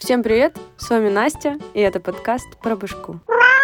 Всем привет, с вами Настя, и это подкаст про башку.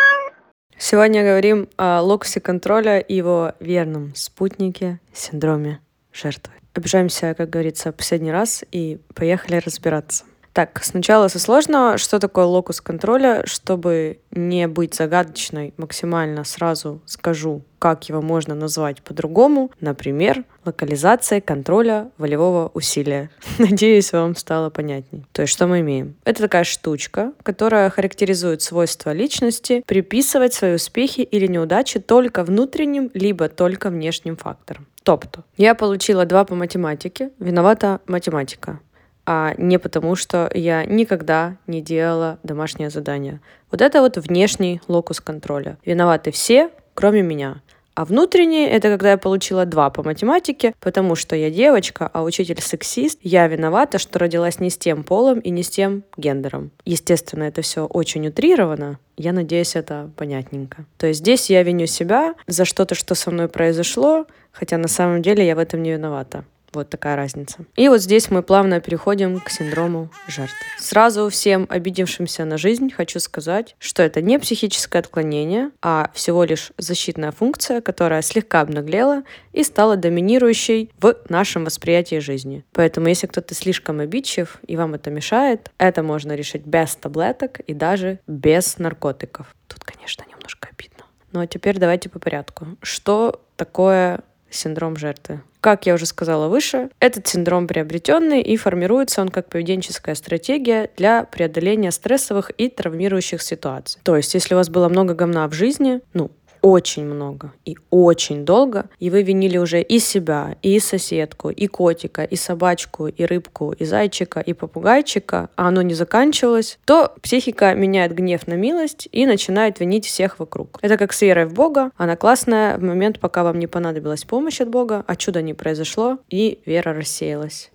Сегодня говорим о локусе контроля и его верном спутнике — синдроме жертвы. Обижаемся, как говорится, последний раз, и поехали разбираться. Так, сначала со сложного. Что такое локус контроля? Чтобы не быть загадочной, максимально сразу скажу, как его можно назвать по-другому. Например, локализация контроля волевого усилия. Надеюсь, вам стало понятней. То есть, что мы имеем? Это такая штучка, которая характеризует свойства личности, приписывать свои успехи или неудачи только внутренним, либо только внешним факторам. Тобто, я получила 2 по математике, виновата математика. А не потому, что я никогда не делала домашнее задание. Вот это вот внешний локус контроля. Виноваты все, кроме меня. А внутренний — это когда я получила 2 по математике, потому что я девочка, а учитель сексист. Я виновата, что родилась не с тем полом и не с тем гендером. Естественно, это все очень утрировано. Я надеюсь, это понятненько. То есть здесь я виню себя за что-то, что со мной произошло, хотя на самом деле я в этом не виновата. Вот такая разница. И вот здесь мы плавно переходим к синдрому жертвы. Сразу всем обидевшимся на жизнь хочу сказать, что это не психическое отклонение, а всего лишь защитная функция, которая слегка обнаглела и стала доминирующей в нашем восприятии жизни. Поэтому если кто-то слишком обидчив и вам это мешает, это можно решить без таблеток и даже без наркотиков. Тут, конечно, немножко обидно. Но теперь давайте по порядку. Что такое синдром жертвы? Как я уже сказала выше, этот синдром приобретенный, и формируется он как поведенческая стратегия для преодоления стрессовых и травмирующих ситуаций. То есть, если у вас было много говна в жизни, очень много и очень долго, и вы винили уже и себя, и соседку, и котика, и собачку, и рыбку, и зайчика, и попугайчика, а оно не заканчивалось, то психика меняет гнев на милость и начинает винить всех вокруг. Это как с верой в Бога. Она классная в момент, пока вам не понадобилась помощь от Бога, а чудо не произошло, и вера рассеялась.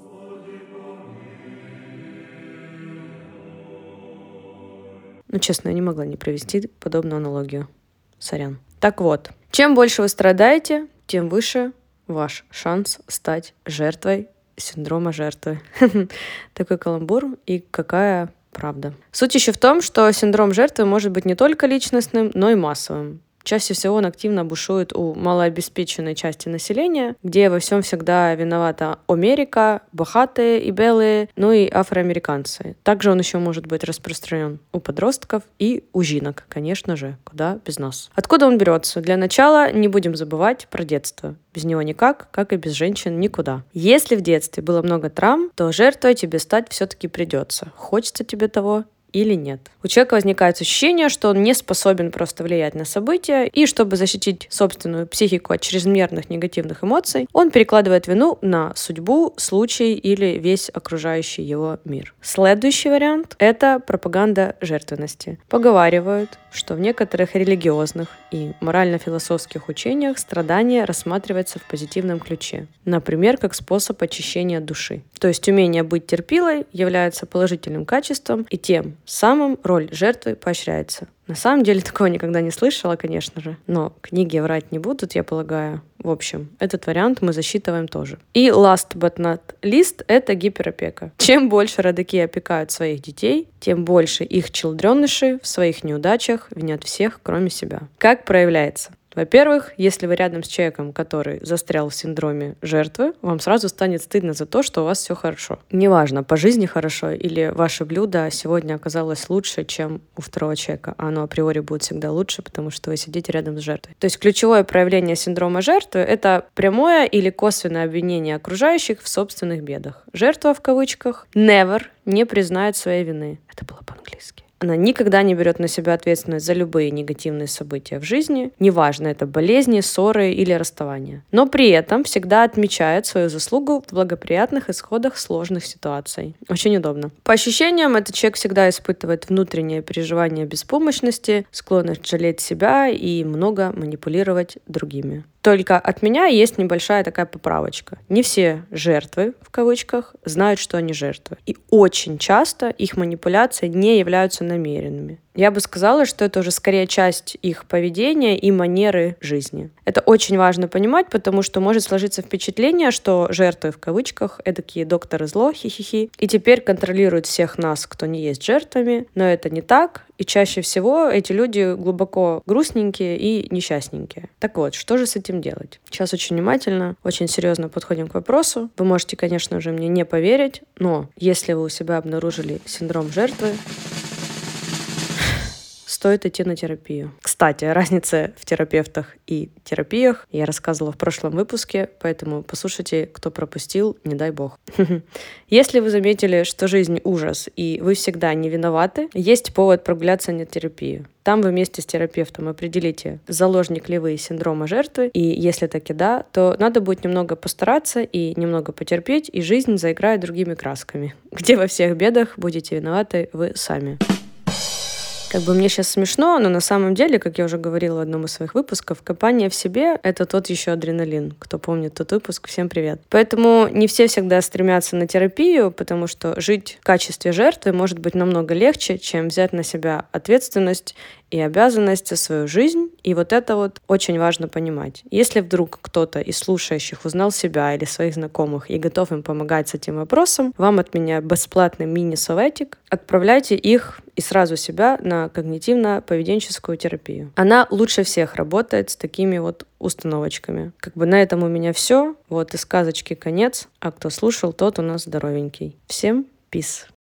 Честно, я не могла не привести подобную аналогию. Сорян. Так вот, чем больше вы страдаете, тем выше ваш шанс стать жертвой синдрома жертвы. Такой каламбур, и какая правда. Суть еще в том, что синдром жертвы может быть не только личностным, но и массовым. Чаще всего он активно бушует у малообеспеченной части населения, где во всем всегда виновата Америка, богатые и белые, и афроамериканцы. Также он еще может быть распространен у подростков и у жинок, конечно же, куда без нас. Откуда он берется? Для начала не будем забывать про детство. Без него никак, как и без женщин никуда. Если в детстве было много травм, то жертвой тебе стать все-таки придется. Хочется тебе того или нет. У человека возникает ощущение, что он не способен просто влиять на события, и чтобы защитить собственную психику от чрезмерных негативных эмоций, он перекладывает вину на судьбу, случай или весь окружающий его мир. Следующий вариант — это пропаганда жертвенности. Поговаривают, что в некоторых религиозных и морально-философских учениях страдание рассматривается в позитивном ключе. Например, как способ очищения души. То есть умение быть терпилой является положительным качеством, и тем самым роль жертвы поощряется. На самом деле такого никогда не слышала, конечно же, но книги врать не будут, я полагаю. В общем, этот вариант мы засчитываем тоже. И last but not least — это гиперопека. Чем больше родаки опекают своих детей, тем больше их челдреныши в своих неудачах винят всех, кроме себя. Как проявляется? Во-первых, если вы рядом с человеком, который застрял в синдроме жертвы, вам сразу станет стыдно за то, что у вас все хорошо. Неважно, по жизни хорошо или ваше блюдо сегодня оказалось лучше, чем у второго человека. А оно априори будет всегда лучше, потому что вы сидите рядом с жертвой. То есть ключевое проявление синдрома жертвы — это прямое или косвенное обвинение окружающих в собственных бедах. Жертва, в кавычках, never не признает своей вины. Это было по-английски. Она никогда не берет на себя ответственность за любые негативные события в жизни, неважно, это болезни, ссоры или расставания. Но при этом всегда отмечает свою заслугу в благоприятных исходах сложных ситуаций. Очень удобно. По ощущениям, этот человек всегда испытывает внутреннее переживание беспомощности, склонность жалеть себя и много манипулировать другими. Только от меня есть небольшая такая поправочка. Не все жертвы, в кавычках, знают, что они жертвы. И очень часто их манипуляции не являются намеренными. Я бы сказала, что это уже скорее часть их поведения и манеры жизни. Это очень важно понимать, потому что может сложиться впечатление, что жертвы в кавычках — эдакие докторы зло, хи-хи-хи, и теперь контролируют всех нас, кто не есть жертвами, но это не так, и чаще всего эти люди глубоко грустненькие и несчастненькие. Так вот, что же с этим делать? Сейчас очень внимательно, очень серьезно подходим к вопросу. Вы можете, конечно же, мне не поверить, но если вы у себя обнаружили синдром жертвы, стоит идти на терапию. Кстати, о разнице в терапевтах и терапиях я рассказывала в прошлом выпуске, поэтому послушайте, кто пропустил, не дай бог. Если вы заметили, что жизнь ужас и вы всегда не виноваты, есть повод прогуляться на терапию. Там вы вместе с терапевтом определите, заложник ли вы синдрома жертвы, и если таки да, то надо будет немного постараться и немного потерпеть, и жизнь заиграет другими красками, где во всех бедах будете виноваты вы сами. Как бы мне сейчас смешно, но на самом деле, как я уже говорила в одном из своих выпусков, копание в себе — это тот еще адреналин. Кто помнит тот выпуск, всем привет. Поэтому не все всегда стремятся на терапию, потому что жить в качестве жертвы может быть намного легче, чем взять на себя ответственность и обязанность за свою жизнь. И вот это вот очень важно понимать. Если вдруг кто-то из слушающих узнал себя или своих знакомых и готов им помогать с этим вопросом, вам от меня бесплатный мини-советик. Отправляйте их и сразу себя на когнитивно-поведенческую терапию. Она лучше всех работает с такими вот установочками. Как бы на этом у меня все. Вот и сказочки конец. А кто слушал, тот у нас здоровенький. Всем peace.